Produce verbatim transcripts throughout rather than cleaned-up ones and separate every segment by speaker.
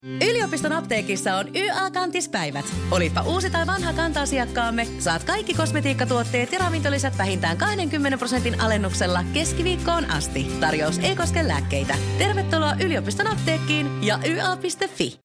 Speaker 1: Yliopiston apteekissa on Y A-kantispäivät. Olipa uusi tai vanha kanta-asiakkaamme, saat kaikki kosmetiikkatuotteet ja ravintolisät vähintään kaksikymmentä prosentin alennuksella keskiviikkoon asti. Tarjous ei koske lääkkeitä. Tervetuloa yliopiston apteekkiin ja y a piste f i.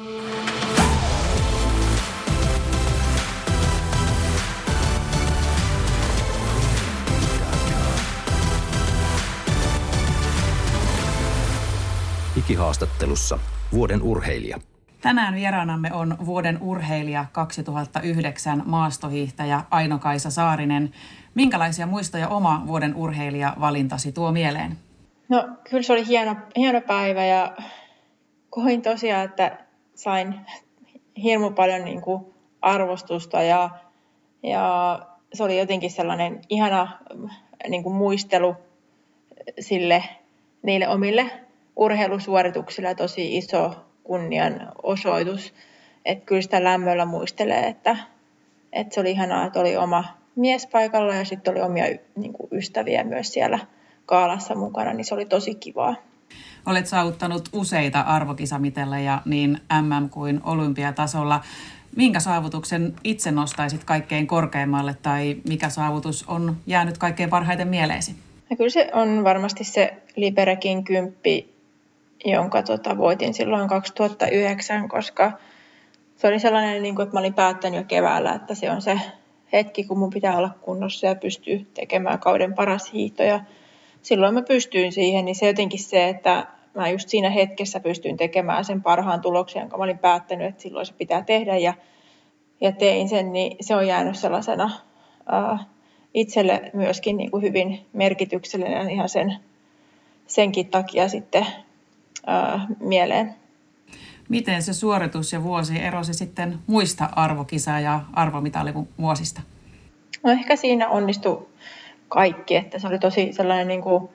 Speaker 2: Digihaastattelussa vuoden urheilija.
Speaker 3: Tänään vieraanamme on vuoden urheilija kaksituhattayhdeksän maastohiihtäjä Aino-Kaisa Saarinen. Minkälaisia muistoja oma vuoden urheilijavalintasi tuo mieleen?
Speaker 4: No kyllä se oli hieno, hieno päivä ja koin tosiaan, että sain hirmu paljon niin kuin arvostusta ja, ja se oli jotenkin sellainen ihana niin kuin muistelu sille, niille omille urheilusuorituksilla tosi iso kunnianosoitus. Että kyllä sitä lämmöllä muistelee, että, että se oli ihanaa, että oli oma mies paikalla ja sitten oli omia niin kuin ystäviä myös siellä gaalassa mukana, niin se oli tosi kivaa.
Speaker 3: Olet saavuttanut useita arvokisamitellaja niin äm äm kuin olympiatasolla. Minkä saavutuksen itse nostaisit kaikkein korkeimmalle tai mikä saavutus on jäänyt kaikkein parhaiten mieleesi?
Speaker 4: Ja kyllä se on varmasti se Liberecin kymppi, jonka tota, voitin silloin kaksituhattayhdeksän, koska se oli sellainen, niin kuin, että mä olin päättänyt jo keväällä, että se on se hetki, kun mun pitää olla kunnossa ja pystyy tekemään kauden paras hiihto. Ja silloin mä pystyin siihen, niin se jotenkin se, että mä just siinä hetkessä pystyin tekemään sen parhaan tuloksen, jonka mä olin päättänyt, että silloin se pitää tehdä. Ja, ja tein sen, niin se on jäänyt sellaisena ää, itselle myöskin niin kuin hyvin merkityksellinen ihan sen, senkin takia sitten ää, mieleen.
Speaker 3: Miten se suoritus ja vuosi erosi sitten muista arvokisa- ja arvomitalivuosista?
Speaker 4: No ehkä siinä onnistui kaikki, että se oli tosi sellainen, niin kuin,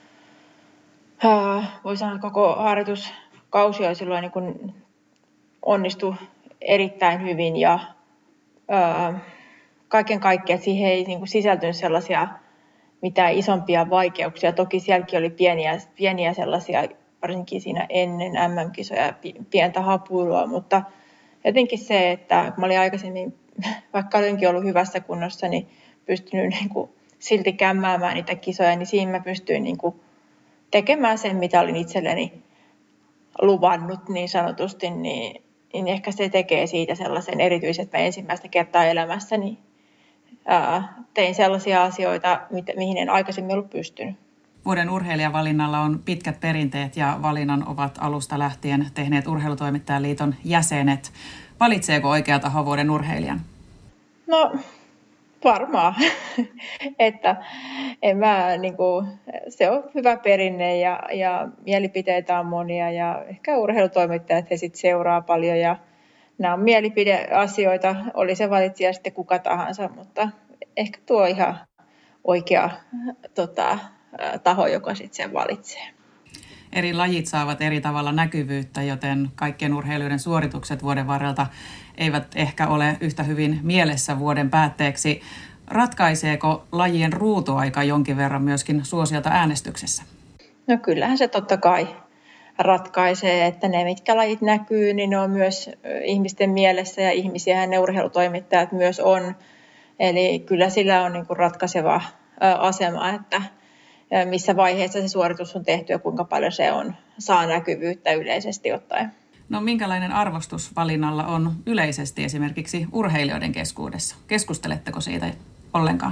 Speaker 4: ää, voi sanoa, koko harjoituskausi oli silloin niin kuin onnistui erittäin hyvin ja ää, kaiken kaikkiaan, että siihen ei niin kuin sisältynyt sellaisia mitään isompia vaikeuksia. Toki sielläkin oli pieniä, pieniä sellaisia, varsinkin siinä ennen äm äm-kisoja pientä hapuilua, mutta jotenkin se, että kun mä olin aikaisemmin, vaikka olinkin ollut hyvässä kunnossa, niin pystynyt niin kuin silti kämmäämään niitä kisoja, niin siinä mä pystyin niin kuin tekemään sen, mitä olin itselleni luvannut niin sanotusti, niin, niin ehkä se tekee siitä sellaisen erityisen, että mä ensimmäistä kertaa elämässäni ää, tein sellaisia asioita, mihin en aikaisemmin ollut pystynyt.
Speaker 3: Vuoden urheilijavalinnalla on pitkät perinteet ja valinnan ovat alusta lähtien tehneet Urheilutoimittajan liiton jäsenet. Valitseeko oikea taho vuoden urheilijan?
Speaker 4: No varmaan, että en mä, niin kuin, se on hyvä perinne ja, ja mielipiteitä on monia ja ehkä urheilutoimittajat he sitten seuraa paljon ja nämä on mielipideasioita, oli se valitsija sitten kuka tahansa, mutta ehkä tuo ihan oikea tota, taho, joka sitten sen valitsee.
Speaker 3: Eri lajit saavat eri tavalla näkyvyyttä, joten kaikkien urheilijoiden suoritukset vuoden varrelta eivät ehkä ole yhtä hyvin mielessä vuoden päätteeksi. Ratkaiseeko lajien ruutuaika jonkin verran myöskin suosiota äänestyksessä?
Speaker 4: No kyllähän se totta kai ratkaisee, että ne mitkä lajit näkyy, niin ne on myös ihmisten mielessä ja ihmisiähän ne urheilutoimittajat myös on. Eli kyllä sillä on niin kuin ratkaiseva asema, että missä vaiheessa se suoritus on tehty ja kuinka paljon se on, saa näkyvyyttä yleisesti ottaen.
Speaker 3: No minkälainen arvostus valinnalla on yleisesti esimerkiksi urheilijoiden keskuudessa? Keskusteletteko siitä ollenkaan?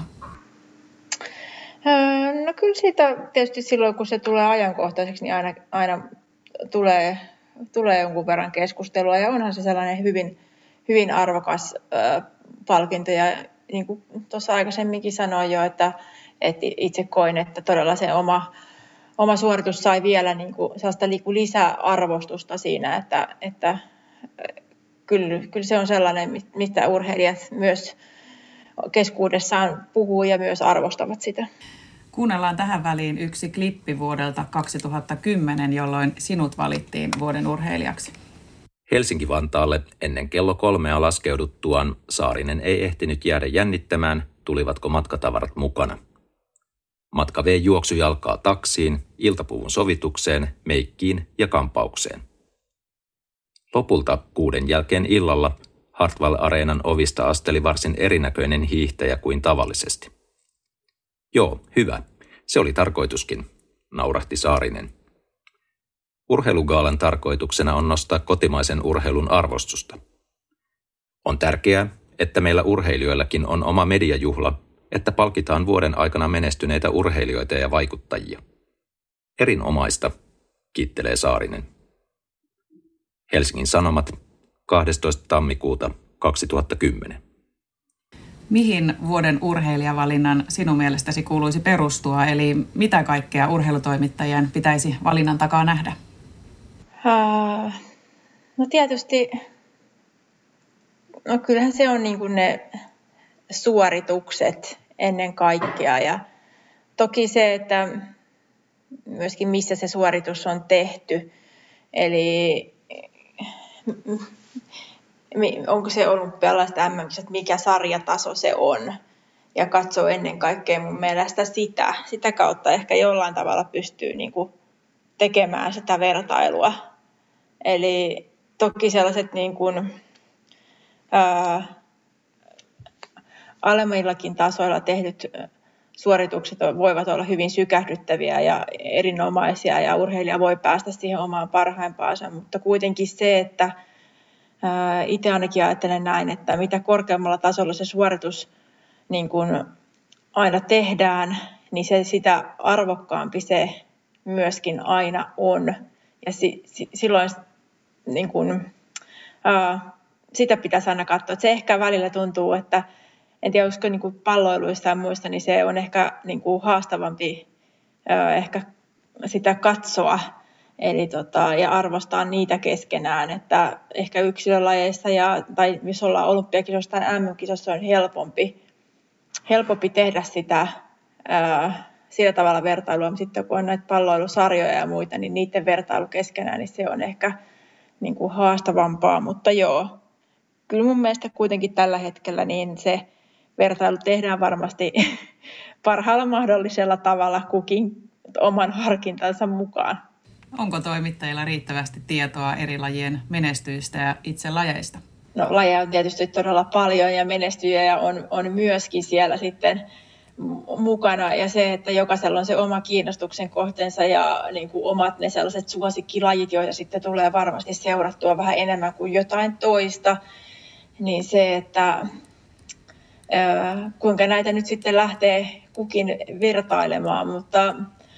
Speaker 4: No kyllä siitä tietysti silloin, kun se tulee ajankohtaiseksi, niin aina, aina tulee, tulee jonkun verran keskustelua. Ja onhan se sellainen hyvin, hyvin arvokas äh, palkinto. Ja niin kuin tuossa aikaisemminkin sanoin jo, että, että itse koin, että todella se oma, oma suoritus sai vielä niin kuin sellaista lisäarvostusta siinä, että, että kyllä, kyllä se on sellainen, mistä urheilijat myös keskuudessaan puhuu ja myös arvostavat sitä.
Speaker 3: Kuunnellaan tähän väliin yksi klippi vuodelta kaksituhattakymmenen, jolloin sinut valittiin vuoden urheilijaksi.
Speaker 2: Helsinki-Vantaalle ennen kello kolmea laskeuduttuaan Saarinen ei ehtinyt jäädä jännittämään, tulivatko matkatavarat mukana. Matka vei juoksujalkaa taksiin, iltapuvun sovitukseen, meikkiin ja kampaukseen. Lopulta kuuden jälkeen illalla Hartwall-areenan ovista asteli varsin erinäköinen hiihtäjä kuin tavallisesti. Joo, hyvä. Se oli tarkoituskin, naurahti Saarinen. Urheilugaalan tarkoituksena on nostaa kotimaisen urheilun arvostusta. On tärkeää, että meillä urheilijoillakin on oma mediajuhla, että palkitaan vuoden aikana menestyneitä urheilijoita ja vaikuttajia. Erinomaista, kiittelee Saarinen. Helsingin Sanomat, kahdestoista tammikuuta kaksituhattakymmenen.
Speaker 3: Mihin vuoden urheilijavalinnan sinun mielestäsi kuuluisi perustua, eli mitä kaikkea urheilutoimittajien pitäisi valinnan takaa nähdä?
Speaker 4: Uh, no tietysti, no kyllähän se on niin kuin ne suoritukset ennen kaikkea ja toki se, että myöskin missä se suoritus on tehty, eli onko se olympialaiset äm äm-kisat, mikä sarjataso se on. Ja katsoo ennen kaikkea mun mielestä sitä. Sitä kautta ehkä jollain tavalla pystyy niin kuin tekemään sitä vertailua. Eli toki sellaiset niin kuin, ää, alemmillakin tasoilla tehdyt suoritukset voivat olla hyvin sykähdyttäviä ja erinomaisia ja urheilija voi päästä siihen omaan parhaimpaansa, mutta kuitenkin se, että itse ainakin ajattelen näin, että mitä korkeammalla tasolla se suoritus niin kuin aina tehdään, niin se sitä arvokkaampi se myöskin aina on. Ja si, si, silloin niin kuin, ää, sitä pitäisi aina katsoa. Että se ehkä välillä tuntuu, että en tiedä, olisiko niin kuin palloiluissa ja muista, niin se on ehkä niin kuin haastavampi ää, ehkä sitä katsoa. Eli tota, ja arvostaa niitä keskenään, että ehkä yksilölajeissa ja, tai jos ollaan olympiakisossa tai äm äm-kisossa on helpompi, helpompi tehdä sitä ää, sillä tavalla vertailua, mutta sitten kun on näitä palloilusarjoja ja muita, niin niiden vertailu keskenään, niin se on ehkä niin kuin haastavampaa, mutta joo, kyllä mun mielestä kuitenkin tällä hetkellä niin se vertailu tehdään varmasti parhaalla mahdollisella tavalla kukin oman harkintansa mukaan.
Speaker 3: Onko toimittajilla riittävästi tietoa eri lajien menestyjistä ja itse lajeista?
Speaker 4: No lajeja on tietysti todella paljon ja menestyjiä on, on myöskin siellä sitten mukana. Ja se, että jokaisella on se oma kiinnostuksen kohteensa ja niin kuin omat ne sellaiset suosikkilajit, joita sitten tulee varmasti seurattua vähän enemmän kuin jotain toista. Niin se, että ää, kuinka näitä nyt sitten lähtee kukin vertailemaan, mutta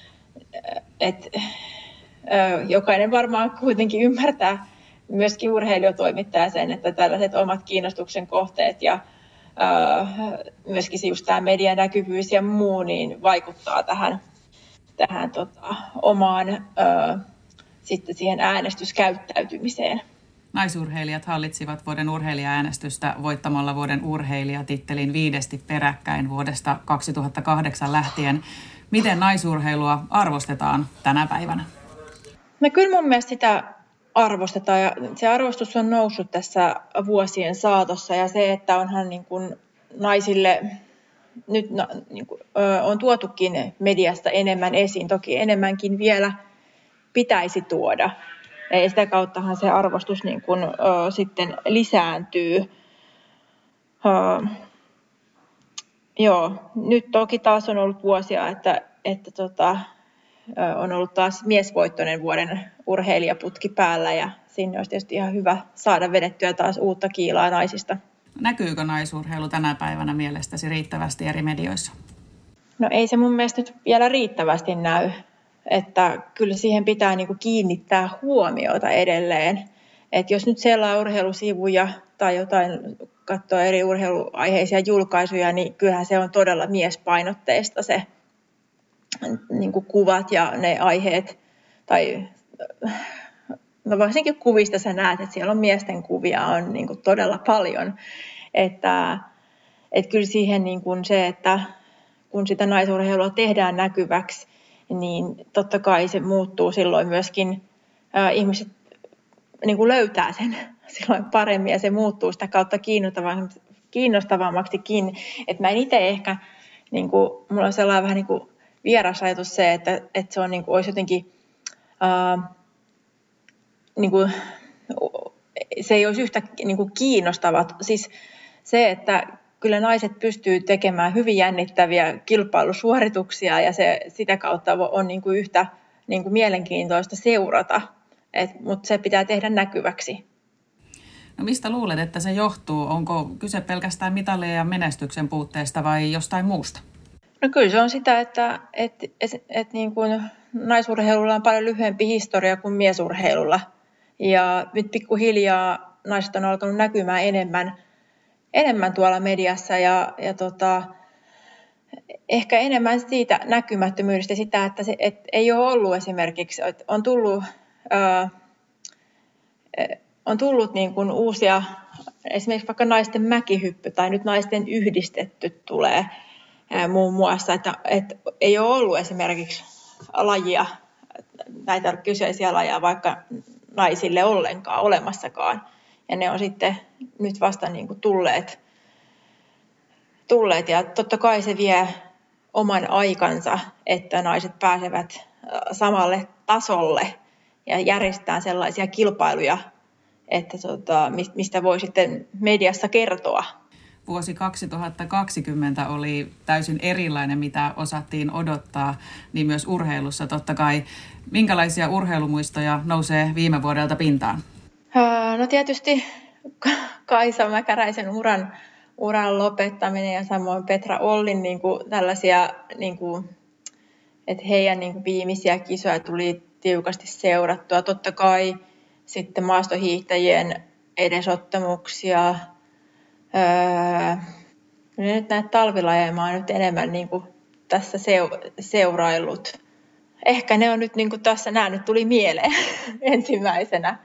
Speaker 4: et, jokainen varmaan kuitenkin ymmärtää myöskin urheilijatoimittaja sen, että tällaiset omat kiinnostuksen kohteet ja myöskin just tämä median näkyvyys ja muu niin vaikuttaa tähän, tähän tota, omaan ää, sitten siihen äänestyskäyttäytymiseen.
Speaker 3: Naisurheilijat hallitsivat vuoden urheilija-äänestystä voittamalla vuoden urheilijatittelin viidesti peräkkäin vuodesta kaksituhattakahdeksan lähtien. Miten naisurheilua arvostetaan tänä päivänä?
Speaker 4: No kyllä mun mielestä sitä arvostetaan ja se arvostus on noussut tässä vuosien saatossa ja se, että onhan niin kuin naisille nyt no, niin kuin, ö, on tuotukin mediasta enemmän esiin, toki enemmänkin vielä pitäisi tuoda. Ja sitä kauttahan se arvostus niin kuin, ö, sitten lisääntyy. Ö, joo, nyt toki taas on ollut vuosia, että, että tota, on ollut taas miesvoittoinen vuoden urheilijaputki päällä ja sinne olisi tietysti ihan hyvä saada vedettyä taas uutta kiilaa naisista.
Speaker 3: Näkyykö naisurheilu tänä päivänä mielestäsi riittävästi eri medioissa?
Speaker 4: No ei se mun mielestä nyt vielä riittävästi näy, että kyllä siihen pitää niinku kiinnittää huomiota edelleen. Että jos nyt selaa urheilusivuja tai jotain katsoo eri urheiluaiheisia julkaisuja, niin kyllähän se on todella miespainotteista se niin kuin kuvat ja ne aiheet, tai no varsinkin kuvista sä näet, että siellä on miesten kuvia on niin kuin todella paljon, että, että kyllä siihen niin kuin se, että kun sitä naisurheilua tehdään näkyväksi, niin totta kai se muuttuu silloin myöskin, ää, ihmiset niin kuin löytää sen silloin paremmin ja se muuttuu sitä kautta kiinnostavammaksi, kiinnostavammaksikin, että mä en itse ehkä, niin kuin, mulla on sellainen vähän niin kuin vieras ajatus se, että, että se on, niin kuin, olisi jotenkin ää, niin kuin, se ei olisi yhtä niin kuin kiinnostavaa. Siis se, että kyllä naiset pystyy tekemään hyvin jännittäviä kilpailusuorituksia ja se sitä kautta on niin kuin yhtä niin kuin mielenkiintoista seurata, mutta se pitää tehdä näkyväksi.
Speaker 3: No mistä luulet, että se johtuu? Onko kyse pelkästään mitalien ja menestyksen puutteesta vai jostain muusta?
Speaker 4: No kyllä se on sitä, että et, et, et niin kuin naisurheilulla on paljon lyhyempi historia kuin miesurheilulla. Ja nyt pikkuhiljaa naiset on alkanut näkymään enemmän, enemmän tuolla mediassa ja, ja tota, ehkä enemmän siitä näkymättömyydestä sitä, että se et ei ole ollut esimerkiksi, että on tullut, ää, on tullut niin kuin uusia, esimerkiksi vaikka naisten mäkihyppy tai nyt naisten yhdistetty tulee ää, muun muassa, että, että ei ole ollut esimerkiksi lajia, näitä kyseisiä lajeja vaikka naisille ollenkaan olemassakaan. Ja ne on sitten nyt vasta niin kuin tulleet, tulleet. Ja totta kai se vie oman aikansa, että naiset pääsevät samalle tasolle ja järjestetään sellaisia kilpailuja, että tota, mistä voi sitten mediassa kertoa.
Speaker 3: Vuosi kaksituhattakaksikymmentä oli täysin erilainen, mitä osattiin odottaa, niin myös urheilussa totta kai. Minkälaisia urheilumuistoja nousee viime vuodelta pintaan?
Speaker 4: No tietysti Kaisa Mäkäräisen uran, uran lopettaminen ja samoin Petra Ollin niin kuin tällaisia, niin kuin, että heidän niin kuin viimeisiä kisoja tuli tiukasti seurattua. Totta kai sitten maastohiihtäjien edesottamuksia. Öö, nyt näitä talvilajeja mä oon nyt enemmän niin kuin tässä seuraillut. Ehkä ne on nyt niin kuin tässä, nämä nyt tuli mieleen ensimmäisenä.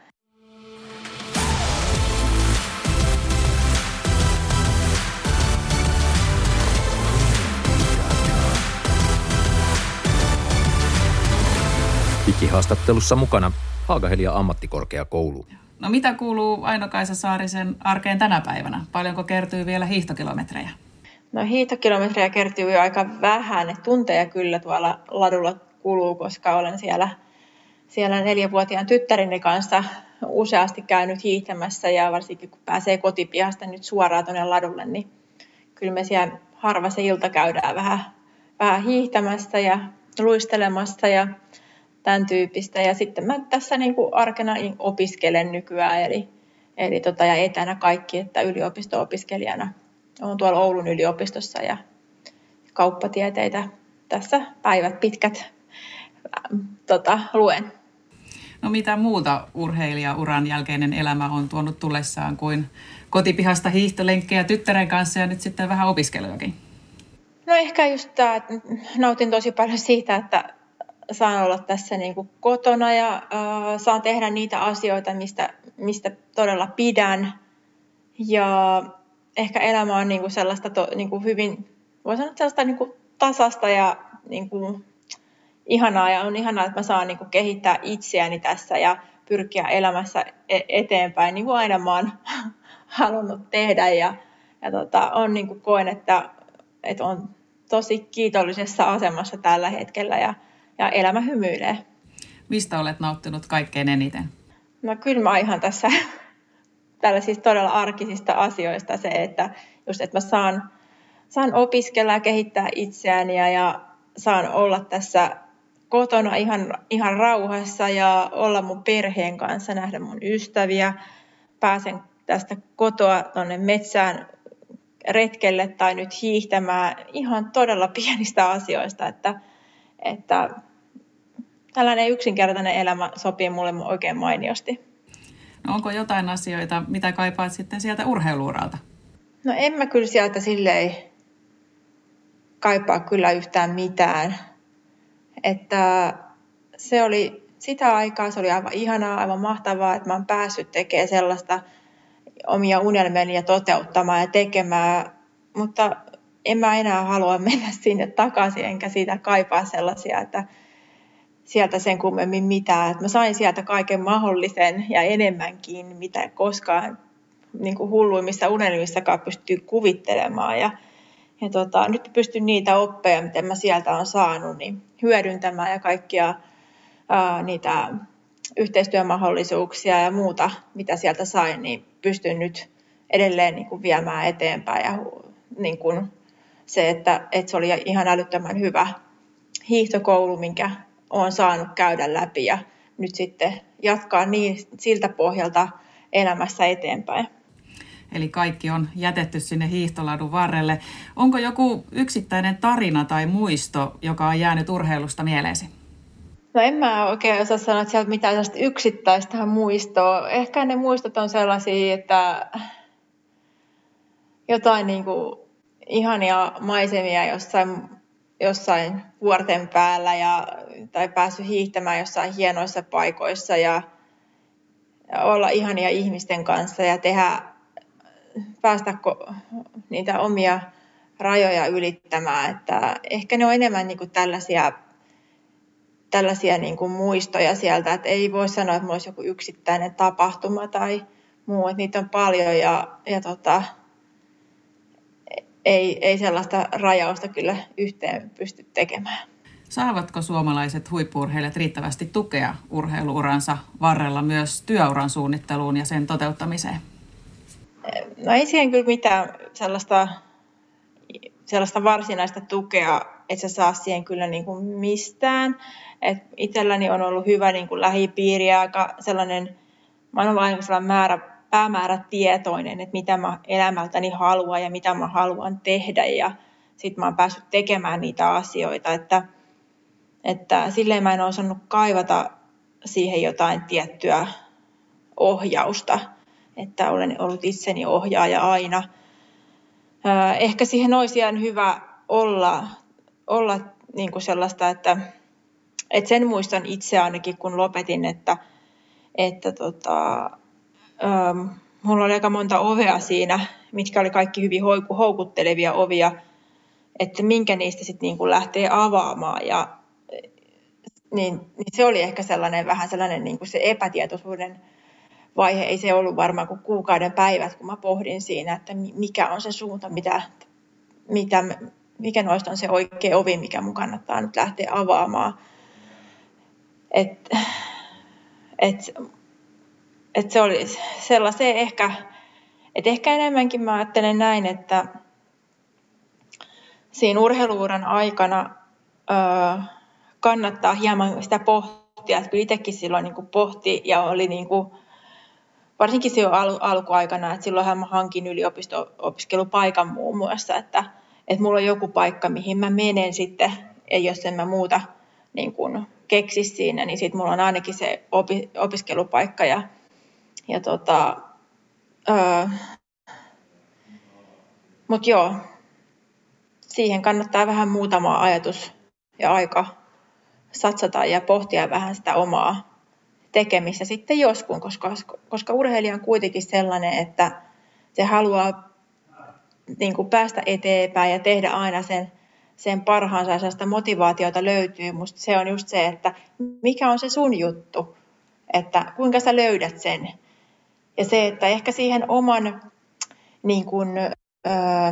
Speaker 2: Digihaastattelussa mukana Haaga-Helia ammattikorkeakoulu.
Speaker 3: No mitä kuuluu Aino-Kaisa Saarisen arkeen tänä päivänä? Paljonko kertyy vielä hiihtokilometrejä?
Speaker 4: No hiihtokilometrejä kertyy aika vähän. Et tunteja kyllä tuolla ladulla kuluu, koska olen siellä, siellä neljävuotiaan tyttäreni kanssa useasti käynyt hiihtämässä. Ja varsinkin kun pääsee kotipihasta nyt suoraan tuonne ladulle, niin kyllä me siellä harva se ilta käydään vähän, vähän hiihtämässä ja luistelemassa ja tämän tyyppistä. Ja sitten mä tässä niin kuin arkena opiskelen nykyään, eli, eli tota, ja etänä kaikki, että yliopisto-opiskelijana olen tuolla Oulun yliopistossa ja kauppatieteitä tässä päivät pitkät ähm, tota, luen.
Speaker 3: No mitä muuta urheilijauran jälkeinen elämä on tuonut tullessaan kuin kotipihasta hiihtolenkkejä tyttären kanssa ja nyt sitten vähän opiskelujakin?
Speaker 4: No ehkä just tämä, että nautin tosi paljon siitä, että saan olla tässä niin kuin kotona ja äh, saan tehdä niitä asioita, mistä, mistä todella pidän. Ja ehkä elämä on niin kuin sellaista to, niin kuin hyvin, voi sanoa sellaista niin kuin tasasta ja niin kuin ihanaa. Ja on ihanaa, että mä saan niin kuin kehittää itseäni tässä ja pyrkiä elämässä eteenpäin, niin kuin aina mä oon halunnut tehdä. Ja, ja tota, on niin kuin koen, että, että on tosi kiitollisessa asemassa tällä hetkellä ja Ja elämä hymyilee.
Speaker 3: Mistä olet nauttinut kaikkein eniten?
Speaker 4: No kyllä mä ihan tässä tällaisista todella arkisista asioista se, että just että mä saan, saan opiskella ja kehittää itseäni ja, ja saan olla tässä kotona ihan, ihan rauhassa ja olla mun perheen kanssa, nähdä mun ystäviä. Pääsen tästä kotoa tuonne metsään retkelle tai nyt hiihtämään ihan todella pienistä asioista, että Että tällainen yksinkertainen elämä sopii mulle oikein mainiosti.
Speaker 3: No onko jotain asioita, mitä kaipaat sitten sieltä urheiluuralta?
Speaker 4: No en mä kyllä sieltä silleen kaipaa kyllä yhtään mitään. Että se oli sitä aikaa, se oli aivan ihanaa, aivan mahtavaa, että mä oon päässyt tekemään sellaista omia unelmiani ja toteuttamaan ja tekemään, mutta en mä enää halua mennä sinne takaisin, enkä siitä kaipaa sellaisia, että sieltä sen kummemmin mitään. Että mä sain sieltä kaiken mahdollisen ja enemmänkin, mitä koskaan niin kuin hulluimmissa unelmissakaan pystyy kuvittelemaan. Ja, ja tota, nyt pystyn niitä oppeja, mitä mä sieltä olen saanut, niin hyödyntämään ja kaikkia ää, niitä yhteistyömahdollisuuksia ja muuta, mitä sieltä sain, niin pystyn nyt edelleen niin kuin viemään eteenpäin. Ja niin kuin se, että, että se oli ihan älyttömän hyvä hiihtokoulu, minkä olen saanut käydä läpi ja nyt sitten jatkaa niin siltä pohjalta elämässä eteenpäin.
Speaker 3: Eli kaikki on jätetty sinne hiihtoladun varrelle. Onko joku yksittäinen tarina tai muisto, joka on jäänyt urheilusta mieleesi?
Speaker 4: No en mä oikein osaa sanoa, että sieltä mitään yksittäistä muistoa. Ehkä ne muistot on sellaisia, että jotain niin kuin ihania maisemia jossain, jossain vuorten päällä ja, tai päässyt hiihtämään jossain hienoissa paikoissa ja, ja olla ihania ihmisten kanssa ja tehdä, päästä niitä omia rajoja ylittämään. Että ehkä ne on enemmän niin kuin tällaisia, tällaisia niin kuin muistoja sieltä, että ei voi sanoa, että olisi joku yksittäinen tapahtuma tai muu, että niitä on paljon ja, ja tota, ei, ei sellaista rajausta kyllä yhteen pysty tekemään.
Speaker 3: Saavatko suomalaiset huippu-urheilijat riittävästi tukea urheiluuransa varrella myös työuran suunnitteluun ja sen toteuttamiseen?
Speaker 4: No ei siihen kyllä mitään sellaista, sellaista varsinaista tukea, että sä saa siihen kyllä niin kuin mistään. Et itselläni on ollut hyvä niin kuin lähipiiri ja aika sellainen, mä olen vain sellainen määrä, päämäärätietoinen, että mitä mä elämältäni haluan ja mitä mä haluan tehdä ja sitten mä oon päässyt tekemään niitä asioita, että, että silleen mä en ole osannut kaivata siihen jotain tiettyä ohjausta, että olen ollut itseni ohjaaja aina. Ehkä siihen olisi ihan hyvä olla, olla niin kuin sellaista, että, että sen muistan itse ainakin, kun lopetin, että, että tota, ähm, mulla oli aika monta ovea siinä, mitkä oli kaikki hyvin houkuttelevia ovia, että minkä niistä sitten niin kuin lähtee avaamaan. Ja, niin, niin se oli ehkä sellainen vähän sellainen niin kuin se epätietoisuuden vaihe. Ei se ollut varmaan kuin kuukauden päivät, kun mä pohdin siinä, että mikä on se suunta, mitä, mitä, mikä noista on se oikea ovi, mikä mun kannattaa nyt lähteä avaamaan. Et, et, et se oli sellaisen ehkä, et ehkä enemmänkin mä ajattelen näin, että siinä urheiluuran aikana öö, kannattaa hieman sitä pohtia, että itsekin silloin niin kuin pohti ja oli niin kuin, varsinkin silloin al- alkuaikana, että silloinhan mä hankin yliopisto-opiskelupaikan muun muassa, että, että mulla on joku paikka, mihin mä menen sitten, ja jos en mä muuta niin kuin keksi siinä, niin sitten mulla on ainakin se opi- opiskelupaikka. Ja, ja tota, öö, mut joo, siihen kannattaa vähän muutama ajatus ja aika satsata ja pohtia vähän sitä omaa tekemistä sitten joskus, koska, koska urheilija on kuitenkin sellainen, että se haluaa niin kuin päästä eteenpäin ja tehdä aina sen, sen parhaansa ja sellaista motivaatiota löytyy. Musta se on just se, että mikä on se sun juttu, että kuinka sä löydät sen. Ja se, että ehkä siihen oman, niin kuin, öö,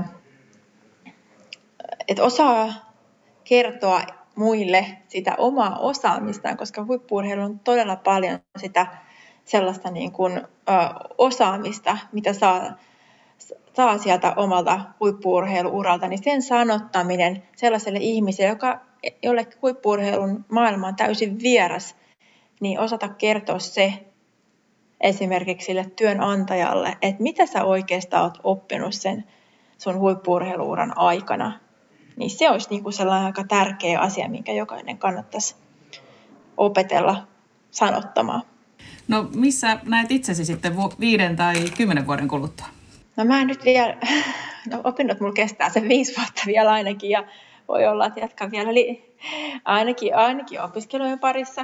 Speaker 4: että osaa kertoa muille sitä omaa osaamistaan, koska huippu-urheilu on todella paljon sitä sellaista niin kuin, ö, osaamista, mitä saa, saa sieltä omalta huippu-urheiluuralta, niin sen sanottaminen sellaiselle ihmiselle, joka jolle huippu-urheilun maailma on täysin vieras, niin osata kertoa se esimerkiksi sille työnantajalle, että mitä sä oikeastaan oot oppinut sen sun huippu-urheiluuran aikana. Niin se olisi niin kuin sellainen aika tärkeä asia, minkä jokainen kannattaisi opetella sanottamaan.
Speaker 3: No missä näet itsesi sitten viiden tai kymmenen vuoden kuluttua?
Speaker 4: No mä en nyt vielä, no opinnot mulla kestää sen viisi vuotta vielä ainakin ja voi olla, että jatkan vielä li- ainakin, ainakin opiskelujen parissa.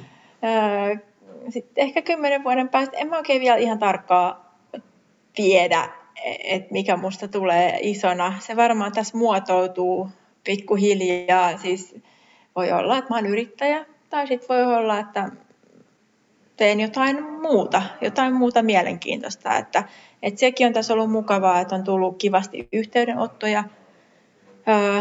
Speaker 4: Sitten ehkä kymmenen vuoden päästä, en mä oikein vielä ihan tarkkaa tiedä, että mikä musta tulee isona. Se varmaan tässä muotoutuu pikkuhiljaa. Siis voi olla, että mä oon yrittäjä, tai sitten voi olla, että teen jotain muuta, jotain muuta mielenkiintoista. Että, että sekin on tässä ollut mukavaa, että on tullut kivasti yhteydenottoja,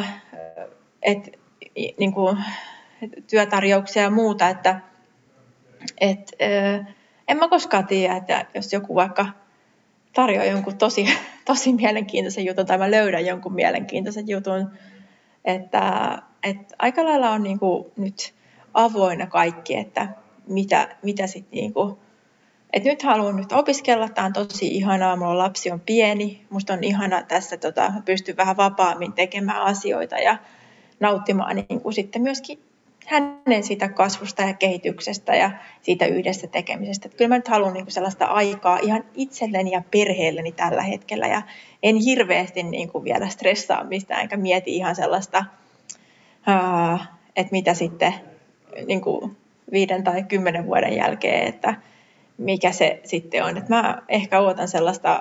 Speaker 4: että niin kuin työtarjouksia ja muuta, että, Et, ö, en mä koskaan tiedä, että jos joku vaikka tarjoaa jonkun tosi, tosi mielenkiintoisen jutun tai mä löydän jonkun mielenkiintoisen jutun, että, että aika lailla on niin kuin nyt avoinna kaikki, että mitä, mitä sitten niin kuin, että nyt haluan nyt opiskella, tämä on tosi ihanaa, mulla lapsi on pieni, musta on ihana tässä, tota, pystyn vähän vapaammin tekemään asioita ja nauttimaan niin kuin sitten myöskin hänen siitä kasvusta ja kehityksestä ja siitä yhdessä tekemisestä. Että kyllä mä nyt haluan niin kuin sellaista aikaa ihan itselleni ja perheelleni tällä hetkellä ja en hirveästi niin kuin vielä stressaa mistään, enkä mieti ihan sellaista, että mitä sitten niin kuin viiden tai kymmenen vuoden jälkeen, että mikä se sitten on. Että mä ehkä odotan sellaista,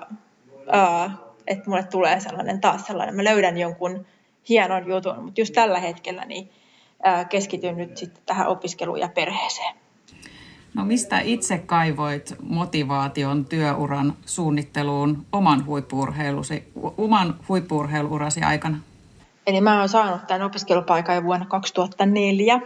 Speaker 4: että mulle tulee sellainen taas sellainen, mä löydän jonkun hienon jutun, mutta just tällä hetkellä niin keskityn nyt sitten tähän opiskeluun ja perheeseen.
Speaker 3: No mistä itse kaivoit motivaation työuran suunnitteluun oman huippu-urheilusi, oman huippu-urheiluurasi aikana?
Speaker 4: Eli mä oon saanut tämän opiskelupaikan jo vuonna kaksituhattaneljä.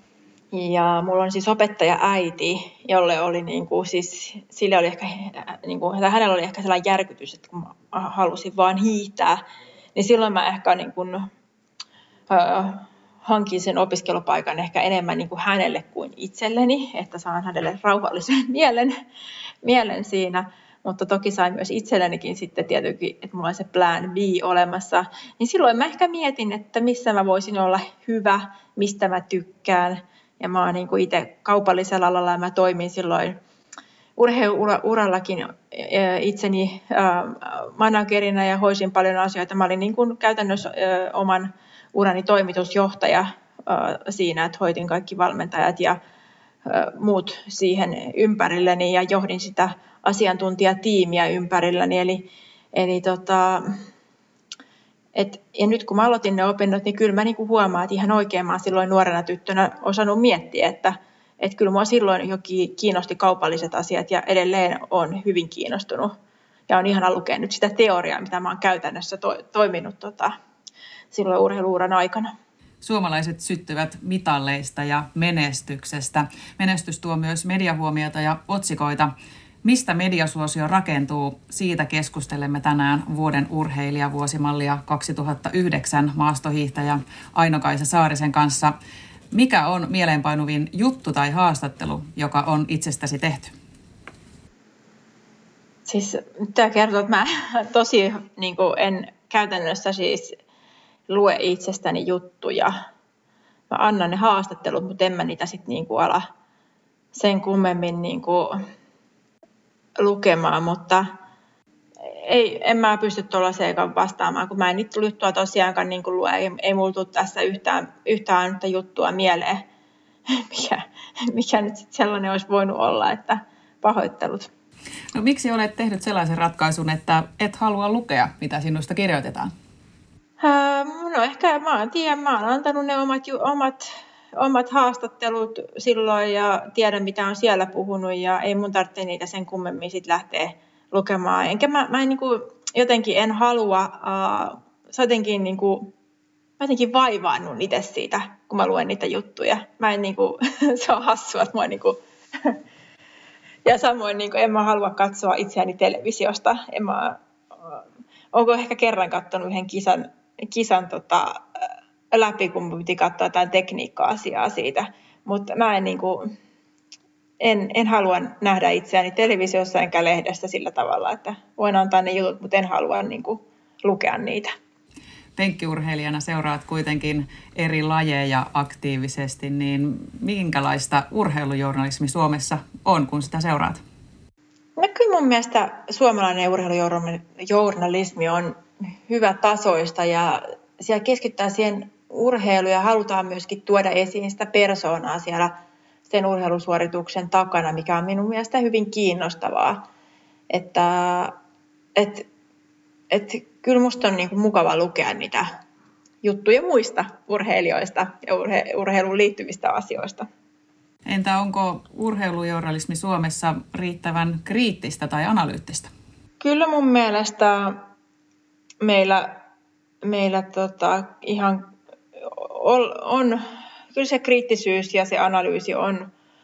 Speaker 4: Ja mulla on siis opettaja äiti, jolle oli niin kuin, siis, sille oli ehkä, niin kuin, tai hänellä oli ehkä sellainen järkytys, että kun mä halusin vaan hiihtää, niin silloin mä ehkä niin kuin, äh, hankin sen opiskelupaikan ehkä enemmän niin kuin hänelle kuin itselleni, että saan hänelle rauhallisen mielen, mielen siinä. Mutta toki sain myös itsellenikin sitten tietenkin, että mulla on se plan B olemassa. Niin silloin mä ehkä mietin, että missä mä voisin olla hyvä, mistä mä tykkään. Ja mä oon niin kuin itse kaupallisella alalla ja mä toimin silloin urheiluurallakin itseni managerina ja hoisin paljon asioita. Mä olin niin kuin käytännössä oman urani toimitusjohtaja siinä, että hoitin kaikki valmentajat ja muut siihen ympärilleni ja johdin sitä asiantuntijatiimiä ympärilläni. Eli, eli tota, et, ja nyt kun mä aloitin ne opinnot, niin kyllä mä niinku huomaan, että ihan oikein mä oon silloin nuorena tyttönä osannut miettiä, että et kyllä mua silloin jo kiinnosti kaupalliset asiat ja edelleen on hyvin kiinnostunut. Ja on ihana lukea nyt sitä teoriaa, mitä mä oon käytännössä to, toiminut tota, silloin urheiluuran aikana.
Speaker 3: Suomalaiset syttyvät mitalleista ja menestyksestä. Menestys tuo myös mediahuomiota ja otsikoita. Mistä mediasuosio rakentuu? Siitä keskustelemme tänään vuoden urheilijavuosimallia kaksituhattayhdeksän maastohiihtäjä Aino-Kaisa Saarisen kanssa. Mikä on mieleenpainuvin juttu tai haastattelu, joka on itsestäsi tehty?
Speaker 4: Siis tämä kertoo, että mä tosi niin kuin en käytännössä siis lue itsestäni juttuja. Mä annan ne haastattelut, mutta en mä niitä sitten niin kuin ala sen kummemmin niin kuin lukemaan, mutta ei, en mä pysty tuollaiseen vastaamaan, kun mä en niitä juttua tosiaankaan niin kuin lue. Ei, ei mulla tule tässä yhtään, yhtään ainutta juttua mieleen, mikä, mikä nyt sitten sellainen olisi voinut olla, että pahoittelut.
Speaker 3: No miksi olet tehnyt sellaisen ratkaisun, että et halua lukea, mitä sinusta kirjoitetaan?
Speaker 4: Öö, no ehkä mä en tiedä, mä oon antanut ne omat, omat, omat haastattelut silloin ja tiedän mitä on siellä puhunut ja ei mun tarvitse niitä sen kummemmin sit lähteä lukemaan. Enkä mä, mä en, niin kuin, jotenkin en halua, uh, jotenkin, niin kuin, mä jotenkin vaivaannut itse siitä, kun mä luen niitä juttuja. Mä en niin kuin, se on hassua, että mä niin kuin, ja samoin niin kuin, en mä halua katsoa itseäni televisiosta. En mä, uh, onko ehkä kerran katsonut yhden kisan, kisan tota, läpi, kun mun piti katsoa jotain tekniikka-asiaa siitä. Mutta mä en, niin kuin, en, en halua nähdä itseäni televisiossa enkä lehdessä sillä tavalla, että voin antaa ne jutut, mutta en halua niin kuin, lukea niitä.
Speaker 3: Penkkiurheilijana seuraat kuitenkin eri lajeja aktiivisesti, niin minkälaista urheilujournalismi Suomessa on, kun sitä seuraat?
Speaker 4: No kyllä mun mielestä suomalainen urheilujournalismi on hyvä tasoista ja siellä keskittää siihen urheiluun ja halutaan myöskin tuoda esiin sitä persoonaa siellä sen urheilusuorituksen takana, mikä on minun mielestä hyvin kiinnostavaa. Että, et, et, kyllä musta on niin kuin mukava lukea niitä juttuja muista urheilijoista ja urhe, urheiluun liittyvistä asioista.
Speaker 3: Entä onko urheilujournalismi Suomessa riittävän kriittistä tai analyyttistä?
Speaker 4: Kyllä mun mielestä meillä, meillä tota ihan on, on, kyllä se kriittisyys ja se analyysi on,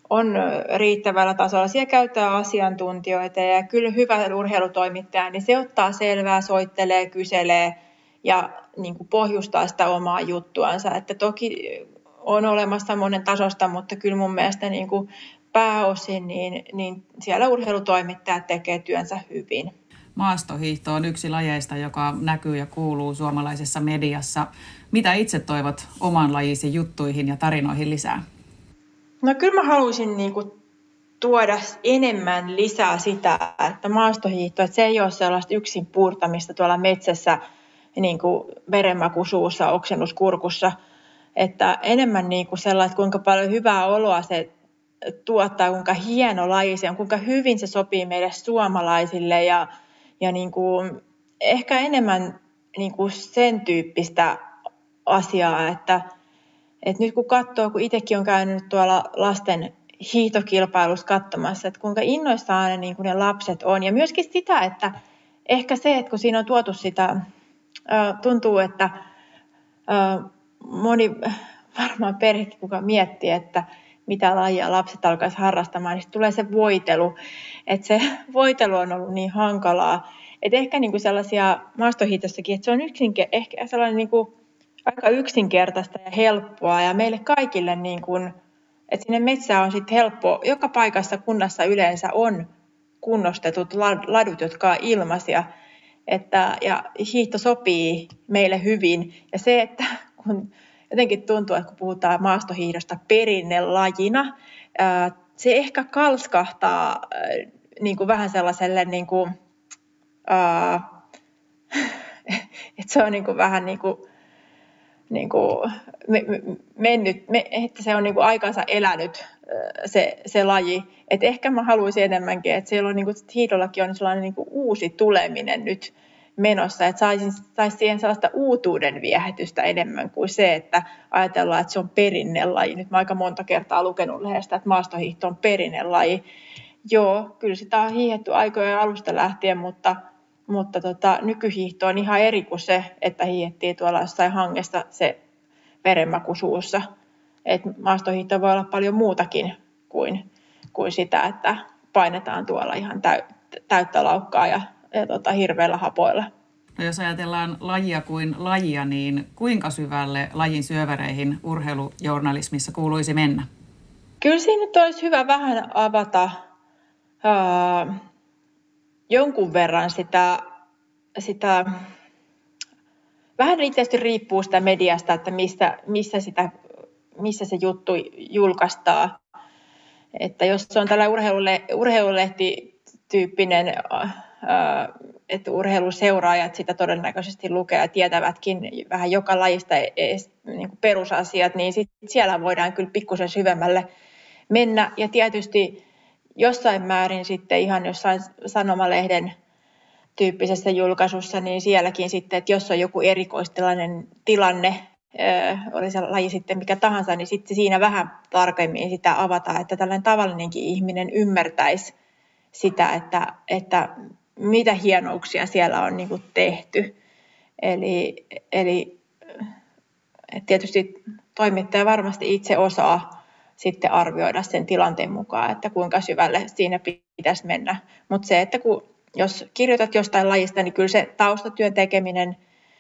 Speaker 4: on riittävällä tasolla. Siellä käytetään asiantuntijoita ja kyllä hyvä urheilutoimittaja, niin se ottaa selvää, soittelee, kyselee ja niin kuin pohjustaa sitä omaa juttuansa. Että toki on olemassa monen tasosta, mutta kyllä mun mielestä niin kuin pääosin niin, niin siellä urheilutoimittajat tekee työnsä hyvin.
Speaker 3: Maastohiihto on yksi lajeista, joka näkyy ja kuuluu suomalaisessa mediassa. Mitä itse toivot oman lajisi juttuihin ja tarinoihin lisää?
Speaker 4: No kyllä mä haluaisin niin kuin tuoda enemmän lisää sitä, että maastohiihto, että se ei ole sellaista yksin puurtamista tuolla metsässä niin kuin verenmaku suussa, oksennus kurkussa, että enemmän niin kuin sellaista, kuinka paljon hyvää oloa se tuottaa, kuinka hieno laji se on, kuinka hyvin se sopii meille suomalaisille ja, ja niin kuin ehkä enemmän niin kuin sen tyyppistä asiaa, että, että nyt kun katsoo, kun itsekin on käynyt tuolla lasten hiihtokilpailussa katsomassa, että kuinka innoissaan ne, niin kuin ne lapset on ja myöskin sitä, että ehkä se, että kun siinä on tuotu sitä, tuntuu, että moni varmaan perhekin, kuka miettii, että mitä lajia lapset alkaisi harrastamaan, niin tulee se voitelu. Että se voitelu on ollut niin hankalaa. Että ehkä niinku sellaisia maastohiitossakin, että se on yksinke- ehkä sellainen niinku aika yksinkertaista ja helppoa. Ja meille kaikille, niinku, että sinne metsään on sitten helppo. Joka paikassa kunnassa yleensä on kunnostetut ladut, jotka on ilmaisia. Että, ja hiihto sopii meille hyvin. Ja se, että kun jotenkin tuntuu, että kun puhutaan maastohiihdosta perinnelajina, se ehkä kalskahtaa niin kuin vähän sellaiselle, niin kuin, että se on niin kuin vähän niin kuin, niin kuin mennyt, että se on niin kuin aikansa elänyt se, se laji. Että ehkä mä haluaisin enemmänkin, että siellä on niin kuin hiihdollakin on sellainen niin kuin uusi tuleminen nyt menossa, että saisin, saisi siihen sellaista uutuuden viehätystä enemmän kuin se, että ajatellaan, että se on perinnelaji. Nyt mä aika monta kertaa lukenut lehdestä, että maastohiihto on perinnelaji. Joo, kyllä sitä on hiihetty aikojen alusta lähtien, mutta, mutta tota, nykyhiihto on ihan eri kuin se, että hiihettiin tuolla jossain hangessa se verenmaku suussa. Et maastohiihto voi olla paljon muutakin kuin, kuin sitä, että painetaan tuolla ihan täyttä laukkaa ja ja tota, hirveillä hapoilla.
Speaker 3: No jos ajatellaan lajia kuin lajia, niin kuinka syvälle lajin syövereihin urheilujournalismissa kuuluisi mennä?
Speaker 4: Kyllä siinä nyt olisi hyvä vähän avata ää, jonkun verran sitä, sitä vähän tietysti riippuu sitä mediasta, että missä, missä, sitä, missä se juttu julkaistaan. Että jos se on tällä urheilule, urheilulehti-tyyppinen että urheiluseuraajat sitä todennäköisesti lukee ja tietävätkin vähän joka lajista niin kuin perusasiat, niin sit siellä voidaan kyllä pikkusen syvemmälle mennä. Ja tietysti jossain määrin sitten ihan jossain sanomalehden tyyppisessä julkaisussa, niin sielläkin sitten, että jos on joku erikoistilainen tilanne, oli se laji sitten mikä tahansa, niin sitten siinä vähän tarkemmin sitä avataan, että tällainen tavallinenkin ihminen ymmärtäisi sitä, että, että mitä hienouksia siellä on niin kuin tehty. Eli, eli tietysti toimittaja varmasti itse osaa sitten arvioida sen tilanteen mukaan, että kuinka syvälle siinä pitäisi mennä. Mutta se, että kun, jos kirjoitat jostain lajista, niin kyllä se taustatyön tekeminen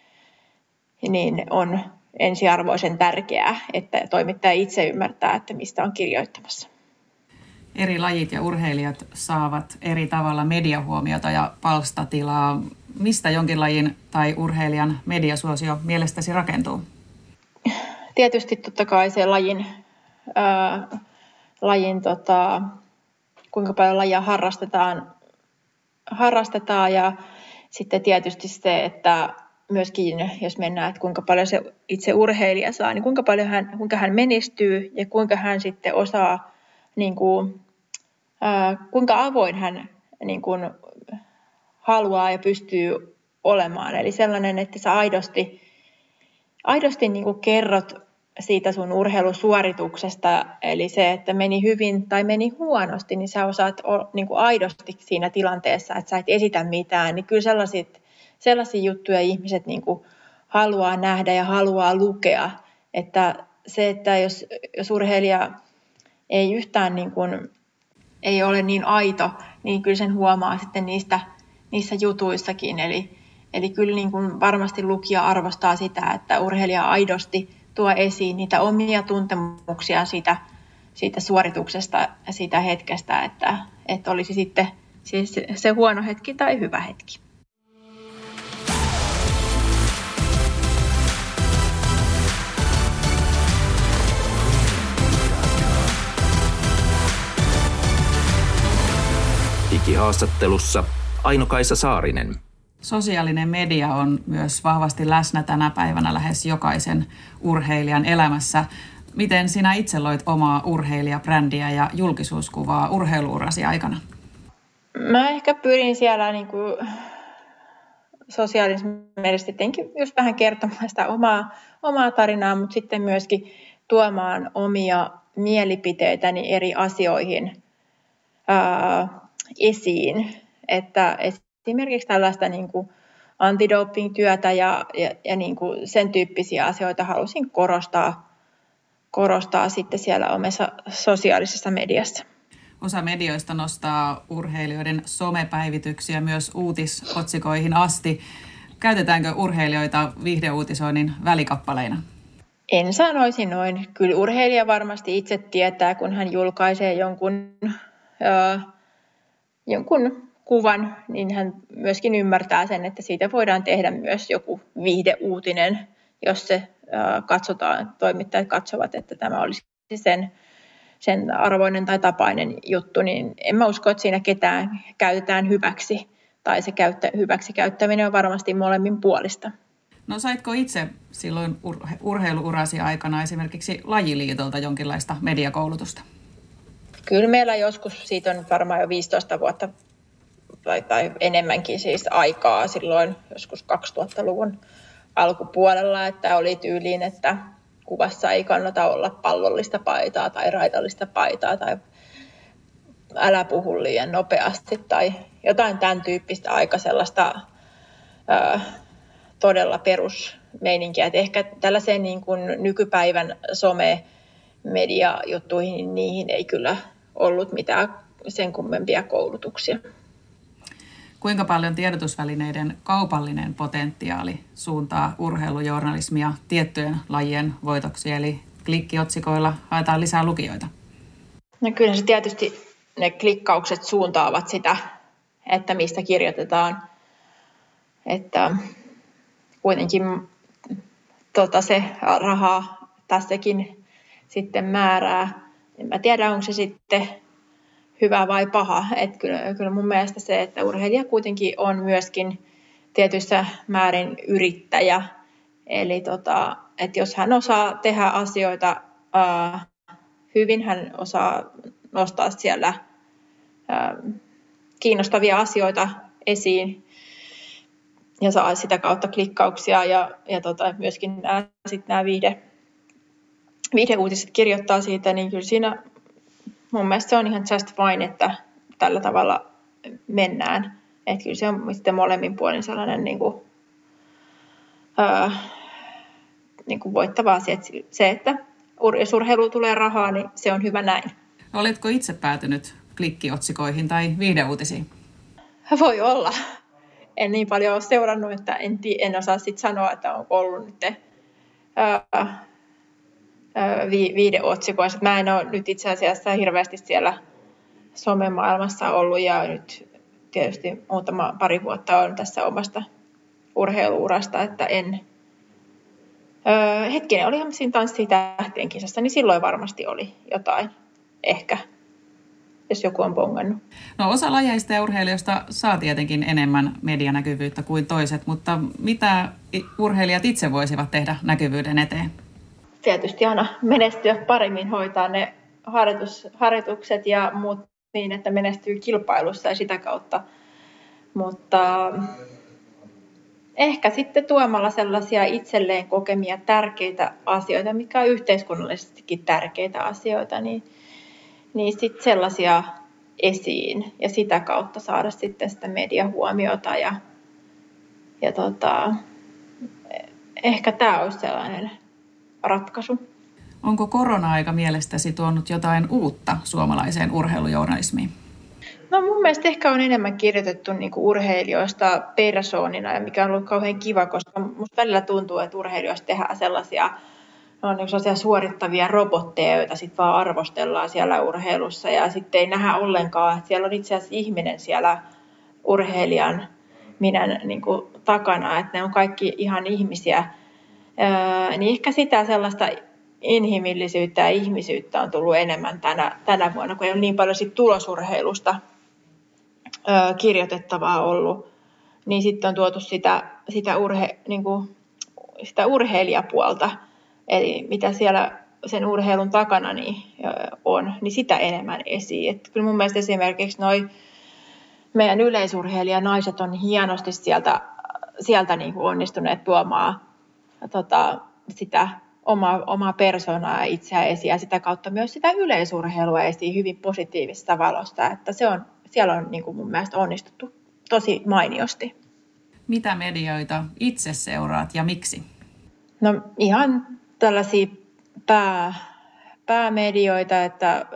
Speaker 4: niin on ensiarvoisen tärkeää, että toimittaja itse ymmärtää, että mistä on kirjoittamassa.
Speaker 3: Eri lajit ja urheilijat saavat eri tavalla mediahuomiota ja palstatilaa. Mistä jonkin lajin tai urheilijan mediasuosio mielestäsi rakentuu?
Speaker 4: Tietysti totta kai se lajin, ää, lajin tota, kuinka paljon lajia harrastetaan, harrastetaan ja sitten tietysti se, että myöskin jos mennään, että kuinka paljon se itse urheilija saa, niin kuinka paljon hän, kuinka hän menestyy ja kuinka hän sitten osaa niin kuin, ää, kuinka avoin hän niin kuin, haluaa ja pystyy olemaan. Eli sellainen, että sä aidosti, aidosti niin kuin kerrot siitä sun urheilusuorituksesta, eli se, että meni hyvin tai meni huonosti, niin sä osaat niin kuin aidosti siinä tilanteessa, että sä et esitä mitään, niin kyllä sellaiset, sellaisia juttuja ihmiset niin kuin haluaa nähdä ja haluaa lukea, että se, että jos, jos urheilija ei yhtään niin kuin, ei ole niin aito, niin kyllä sen huomaa sitten niistä, niissä jutuissakin. Eli, eli kyllä niin kuin varmasti lukija arvostaa sitä, että urheilija aidosti tuo esiin niitä omia tuntemuksia siitä, siitä suorituksesta ja siitä hetkestä, että, että olisi sitten siis se huono hetki tai hyvä hetki.
Speaker 2: Digihaastattelussa Aino-Kaisa Saarinen.
Speaker 3: Sosiaalinen media on myös vahvasti läsnä tänä päivänä lähes jokaisen urheilijan elämässä. Miten sinä itse loit omaa urheilijabrändiä ja julkisuuskuvaa urheiluurasi aikana?
Speaker 4: Mä ehkä pyrin siellä niin kuin sosiaalisessa mediassa tietenkin just vähän kertomaan sitä omaa, omaa tarinaa, mutta sitten myöskin tuomaan omia mielipiteitäni eri asioihin ää, esiin. Että esimerkiksi tällaista niin kuin antidoping-työtä ja, ja, ja niin kuin sen tyyppisiä asioita halusin korostaa, korostaa sitten siellä omassa sosiaalisessa mediassa.
Speaker 3: Osa medioista nostaa urheilijoiden somepäivityksiä myös uutisotsikoihin asti. Käytetäänkö urheilijoita viihdeuutisoinnin välikappaleina?
Speaker 4: En sanoisi noin. Kyllä urheilija varmasti itse tietää, kun hän julkaisee jonkun, äh, jonkun kuvan, niin hän myöskin ymmärtää sen, että siitä voidaan tehdä myös joku viihdeuutinen, jos se äh, katsotaan, toimittajat katsovat, että tämä olisi sen sen arvoinen tai tapainen juttu, niin en mä usko, että siinä ketään käytetään hyväksi. Tai se käyttä, hyväksi käyttäminen on varmasti molemmin puolista.
Speaker 3: No saitko itse silloin ur- urheiluurasi aikana esimerkiksi lajiliitolta jonkinlaista mediakoulutusta?
Speaker 4: Kyllä meillä joskus, siitä on varmaan jo viisitoista vuotta tai, tai enemmänkin siis aikaa silloin joskus kaksituhattaluvun alkupuolella, että oli tyyliin, että kuvassa ei kannata olla pallollista paitaa tai raitallista paitaa tai älä puhu liian nopeasti tai jotain tämän tyyppistä aika sellaista ää, todella perusmeininkiä. Et ehkä tällaiseen niin kuin nykypäivän some-media-juttuihin niihin ei kyllä ollut mitään sen kummempia koulutuksia.
Speaker 3: Kuinka paljon tiedotusvälineiden kaupallinen potentiaali suuntaa urheilujournalismia tiettyjen lajien voitoksi, eli klikkiotsikoilla haetaan lisää lukijoita?
Speaker 4: No kyllä se tietysti ne klikkaukset suuntaavat sitä, että mistä kirjoitetaan. Että kuitenkin tota, se rahaa tässäkin sitten määrää. En mä tiedä, onko se sitten hyvä vai paha. Että kyllä, kyllä mun mielestä se, että urheilija kuitenkin on myöskin tietyssä määrin yrittäjä. Eli tota, että jos hän osaa tehdä asioita ää, hyvin, hän osaa nostaa siellä ää, kiinnostavia asioita esiin ja saa sitä kautta klikkauksia ja, ja tota, myöskin nämä, sit nämä viihde, viihdeuutiset kirjoittaa siitä, niin kyllä siinä mun mielestä se on ihan just fine, että tällä tavalla mennään. Että kyllä se on sitten molemmin puolin sellainen niin kuin, ää, niin kuin voittava asia. Että se, että jos urheiluun tulee rahaa, niin se on hyvä näin.
Speaker 3: Oletko itse päätynyt klikkiotsikoihin tai viihdeuutisiin?
Speaker 4: Voi olla. En niin paljon ole seurannut, että en, en osaa sitten sanoa, että on ollut nyt ää, Vi- viihdeotsikoissa. Mä en ole nyt itse asiassa hirveästi siellä somemaailmassa ollut ja nyt tietysti muutama pari vuotta on tässä omasta urheiluurasta, että en... Öö, hetkinen, olihan siinä Tanssii tähtien kisassa, niin silloin varmasti oli jotain, ehkä, jos joku on bongannut.
Speaker 3: No osa lajeista ja urheilijoista saa tietenkin enemmän medianäkyvyyttä kuin toiset, mutta mitä urheilijat itse voisivat tehdä näkyvyyden eteen?
Speaker 4: Tietysti aina menestyä paremmin, hoitaa ne harjoitus, harjoitukset ja muut niin, että menestyy kilpailussa ja sitä kautta. Mutta ehkä sitten tuomalla sellaisia itselleen kokemia tärkeitä asioita, mitkä on yhteiskunnallisestikin tärkeitä asioita, niin, niin sitten sellaisia esiin ja sitä kautta saada sitten sitä mediahuomiota. Ja, ja tota, ehkä tämä olisi sellainen ratkaisu.
Speaker 3: Onko korona-aika mielestäsi tuonut jotain uutta suomalaiseen urheilujournalismiin?
Speaker 4: No mun mielestä ehkä on enemmän kirjoitettu niin kuin urheilijoista persoonina, ja mikä on ollut kauhean kiva, koska musta välillä tuntuu, että urheilijoista tehdään sellaisia, no, niin sellaisia suorittavia robotteja, joita sitten vaan arvostellaan siellä urheilussa, ja sitten ei nähdä ollenkaan, että siellä on itse asiassa ihminen siellä urheilijan minän niin kuin takana, että ne on kaikki ihan ihmisiä. Öö, niin ehkä sitä sellaista inhimillisyyttä ja ihmisyyttä on tullut enemmän tänä, tänä vuonna, kun ei ole niin paljon sit tulosurheilusta öö, kirjoitettavaa ollut. Niin sitten on tuotu sitä, sitä, urhe, niin kuin, sitä urheilijapuolta, eli mitä siellä sen urheilun takana niin, on, niin sitä enemmän esiin. Et kyllä mun mielestä esimerkiksi noi meidän yleisurheilijanaiset on hienosti sieltä, sieltä niin kuin onnistuneet tuomaan tota, sitä omaa, omaa persoonaa ja itseään esiin ja sitä kautta myös sitä yleisurheilua esiin hyvin positiivisesta valosta. Että se on, siellä on niin kuin mun mielestä onnistuttu tosi mainiosti.
Speaker 3: Mitä medioita itse seuraat ja miksi?
Speaker 4: No ihan tällaisia pää, päämedioita, että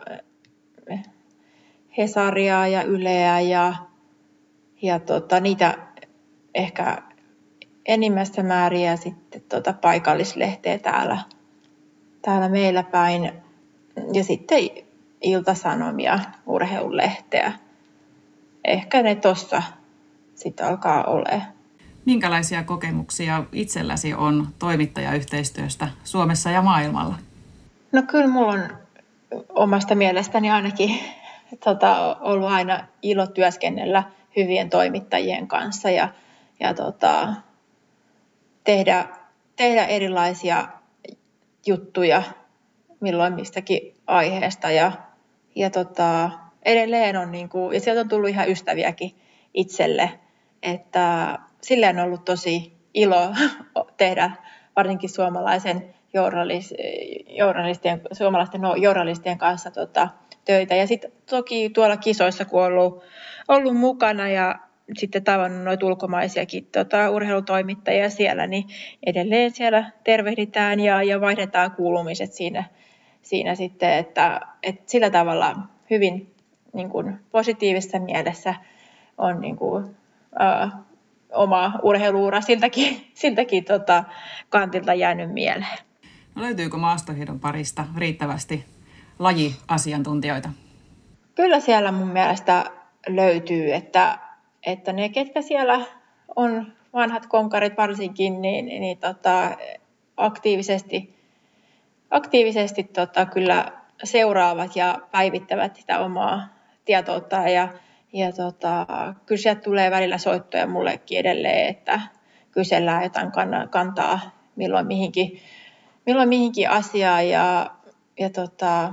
Speaker 4: Hesaria ja Yleä ja, ja tota, niitä ehkä enimmässä määrin ja sitten tota paikallislehteä täällä, täällä meillä päin. Ja sitten Ilta-Sanomia, urheilulehteä. Ehkä ne tossa sitten alkaa olemaan.
Speaker 3: Minkälaisia kokemuksia itselläsi on toimittajayhteistyöstä Suomessa ja maailmalla?
Speaker 4: No kyllä mulla on omasta mielestäni ainakin tota, ollut aina ilo työskennellä hyvien toimittajien kanssa ja, ja tota, tehdä, tehdä erilaisia juttuja milloin mistäkin aiheesta. Ja, ja tota, edelleen on, niin kuin, ja sieltä on tullut ihan ystäviäkin itselle, että silleen on ollut tosi ilo tehdä varsinkin suomalaisen journalistien, suomalaisten journalistien kanssa tota, töitä. Ja sitten toki tuolla kisoissa, kun on ollut, ollut mukana ja sitten tavannut noita ulkomaisiakin tota, urheilutoimittajia siellä, niin edelleen siellä tervehditään ja, ja vaihdetaan kuulumiset siinä, siinä sitten, että, että sillä tavalla hyvin niin kuin positiivisessa mielessä on niin kuin, ää, oma urheiluura siltäkin, siltäkin tota, kantilta jäänyt mieleen.
Speaker 3: No löytyykö maastohiidon parista riittävästi lajiasiantuntijoita?
Speaker 4: Kyllä siellä mun mielestä löytyy, että, että ne, ketkä siellä on vanhat konkarit varsinkin, niin, niin tota, aktiivisesti, aktiivisesti tota, kyllä seuraavat ja päivittävät sitä omaa tietoutta. Ja, ja tota, kyllä sieltä tulee välillä soittoja mullekin edelleen, että kysellään jotain kantaa milloin mihinkin, milloin mihinkin asiaan. Ja, ja tota,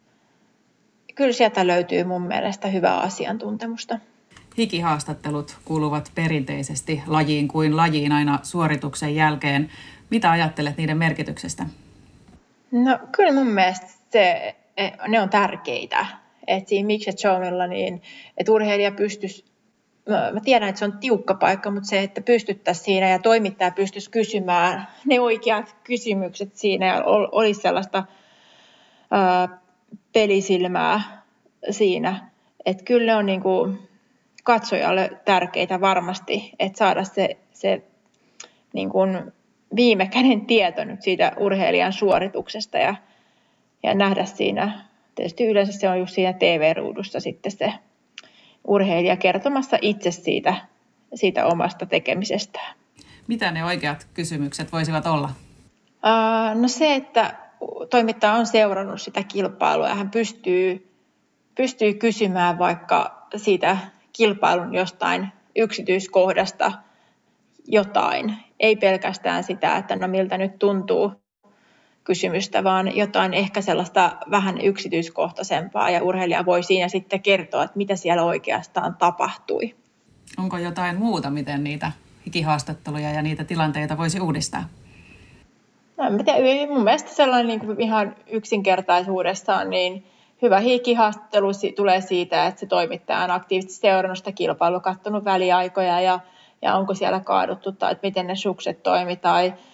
Speaker 4: kyllä sieltä löytyy mun mielestä hyvää asiantuntemusta.
Speaker 3: Hikihaastattelut kuuluvat perinteisesti lajiin kuin lajiin aina suorituksen jälkeen. Mitä ajattelet niiden merkityksestä?
Speaker 4: No kyllä mun mielestä se, ne on tärkeitä. Et siinä Mixed Showilla, niin että urheilija pystyisi, mä tiedän, että se on tiukka paikka, mutta se, että pystyttäisiin siinä ja toimittaja pystyisi kysymään ne oikeat kysymykset siinä ja olisi sellaista ää, pelisilmää siinä. Että kyllä ne on niin kuin katsojalle tärkeitä varmasti, että saada se, se niin kuin viimekäinen tieto nyt siitä urheilijan suorituksesta ja, ja nähdä siinä. Tietysti yleensä se on just siinä T V-ruudussa sitten se urheilija kertomassa itse siitä, siitä omasta tekemisestään.
Speaker 3: Mitä ne oikeat kysymykset voisivat olla?
Speaker 4: Uh, no se, että toimittaja on seurannut sitä kilpailua ja hän pystyy, pystyy kysymään vaikka siitä kilpailun jostain yksityiskohdasta jotain. Ei pelkästään sitä, että no miltä nyt tuntuu kysymystä, vaan jotain ehkä sellaista vähän yksityiskohtaisempaa ja urheilija voi siinä sitten kertoa, että mitä siellä oikeastaan tapahtui.
Speaker 3: Onko jotain muuta, miten niitä hikihaastatteluja ja niitä tilanteita voisi uudistaa?
Speaker 4: No, en tiedä, mun mielestä sellainen niin kuin ihan yksinkertaisuudessaan niin hyvä hikihaastattelu tulee siitä, että se toimittaja on aktiivisesti seurannut sitä kilpailua, katsonut väliaikoja ja, ja onko siellä kaaduttu tai että miten ne sukset toimi tai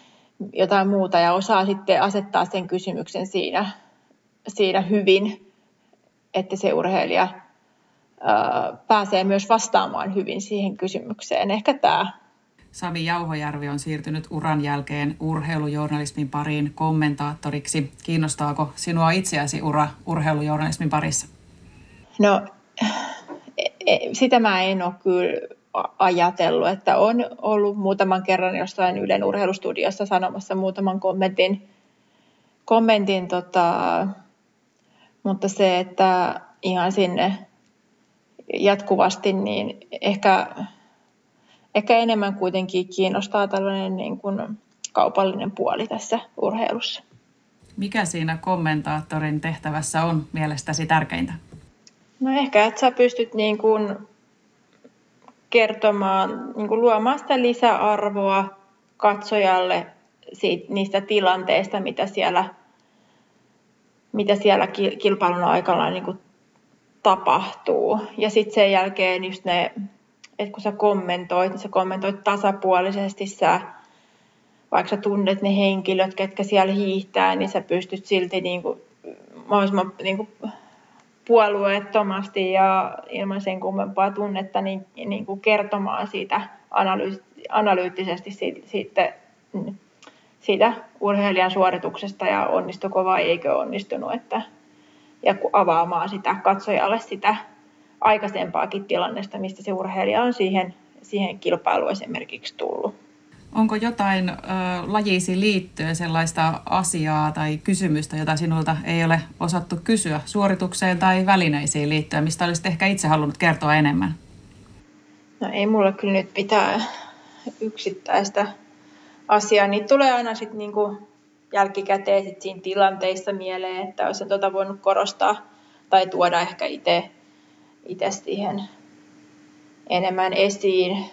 Speaker 4: jotain muuta ja osaa sitten asettaa sen kysymyksen siinä, siinä hyvin, että se urheilija ää, pääsee myös vastaamaan hyvin siihen kysymykseen. Ehkä tämä.
Speaker 3: Sami Jauhojärvi on siirtynyt uran jälkeen urheilujournalismin pariin kommentaattoriksi. Kiinnostaako sinua itseäsi ura urheilujournalismin parissa?
Speaker 4: No, sitä mä en ole kyllä ajatellut, että on ollut muutaman kerran jossain Ylen urheilustudiossa sanomassa muutaman kommentin, kommentin tota, mutta se, että ihan sinne jatkuvasti, niin ehkä, ehkä enemmän kuitenkin kiinnostaa tällainen niin kuin kaupallinen puoli tässä urheilussa.
Speaker 3: Mikä siinä kommentaattorin tehtävässä on mielestäsi tärkeintä?
Speaker 4: No ehkä, että sä pystyt niin kuin kertomaan, niin kuin luomaan sitä lisäarvoa katsojalle siitä, niistä tilanteista, mitä siellä, mitä siellä kilpailun aikana niin kuin tapahtuu. Ja sitten sen jälkeen just ne, että kun sä kommentoit, niin sä kommentoit tasapuolisesti, sä, vaikka sä tunnet ne henkilöt, ketkä siellä hiihtää, niin sä pystyt silti niin kuin, mahdollisimman niin kuin puolueettomasti ja ilman sen kummempaa tunnetta niin, niin kuin kertomaan siitä analyys, analyyttisesti siitä, siitä, siitä urheilijan suorituksesta ja onnistuko vai eikö onnistunut. Että, ja avaamaan sitä katsojalle sitä aikaisempaakin tilannesta, mistä se urheilija on siihen, siihen kilpailuun esimerkiksi tullut.
Speaker 3: Onko jotain ö, lajiisi liittyen sellaista asiaa tai kysymystä, jota sinulta ei ole osattu kysyä suoritukseen tai välineisiin liittyen, mistä olisit ehkä itse halunnut kertoa enemmän?
Speaker 4: No ei mulla kyllä nyt mitään yksittäistä asiaa. Niitä tulee aina sitten niinku jälkikäteen sit siinä tilanteissa mieleen, että olisi tuota voinut korostaa tai tuoda ehkä itse itse siihen enemmän esiin.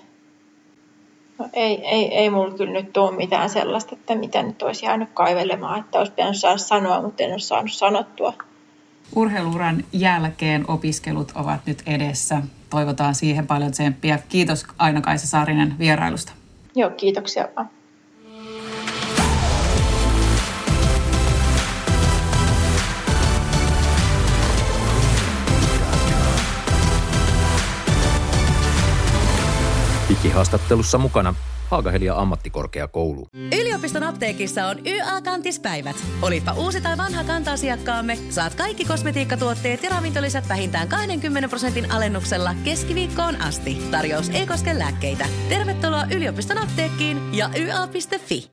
Speaker 4: No ei, ei, ei mulla kyllä nyt ole mitään sellaista, että mitä nyt olisi jäänyt kaivelemaan, että olisi pitänyt saada sanoa, mutta en ole saanut sanottua.
Speaker 3: Urheiluuran jälkeen opiskelut ovat nyt edessä. Toivotaan siihen paljon tsemppiä. Kiitos Aino-Kaisa Saarinen vierailusta.
Speaker 4: Joo, kiitoksia vaan.
Speaker 2: Digihaastattelussa mukana Haaga-Helia ammattikorkeakoulu.
Speaker 1: Yliopiston apteekissa on Y A-kantispäivät. Olitpa uusi tai vanha kanta-asiakkaamme, saat kaikki kosmetiikkatuotteet ja ravintolisät vähintään kaksikymmentä prosentin alennuksella keskiviikkoon asti. Tarjous ei koske lääkkeitä. Tervetuloa yliopiston apteekkiin ja y a piste fi.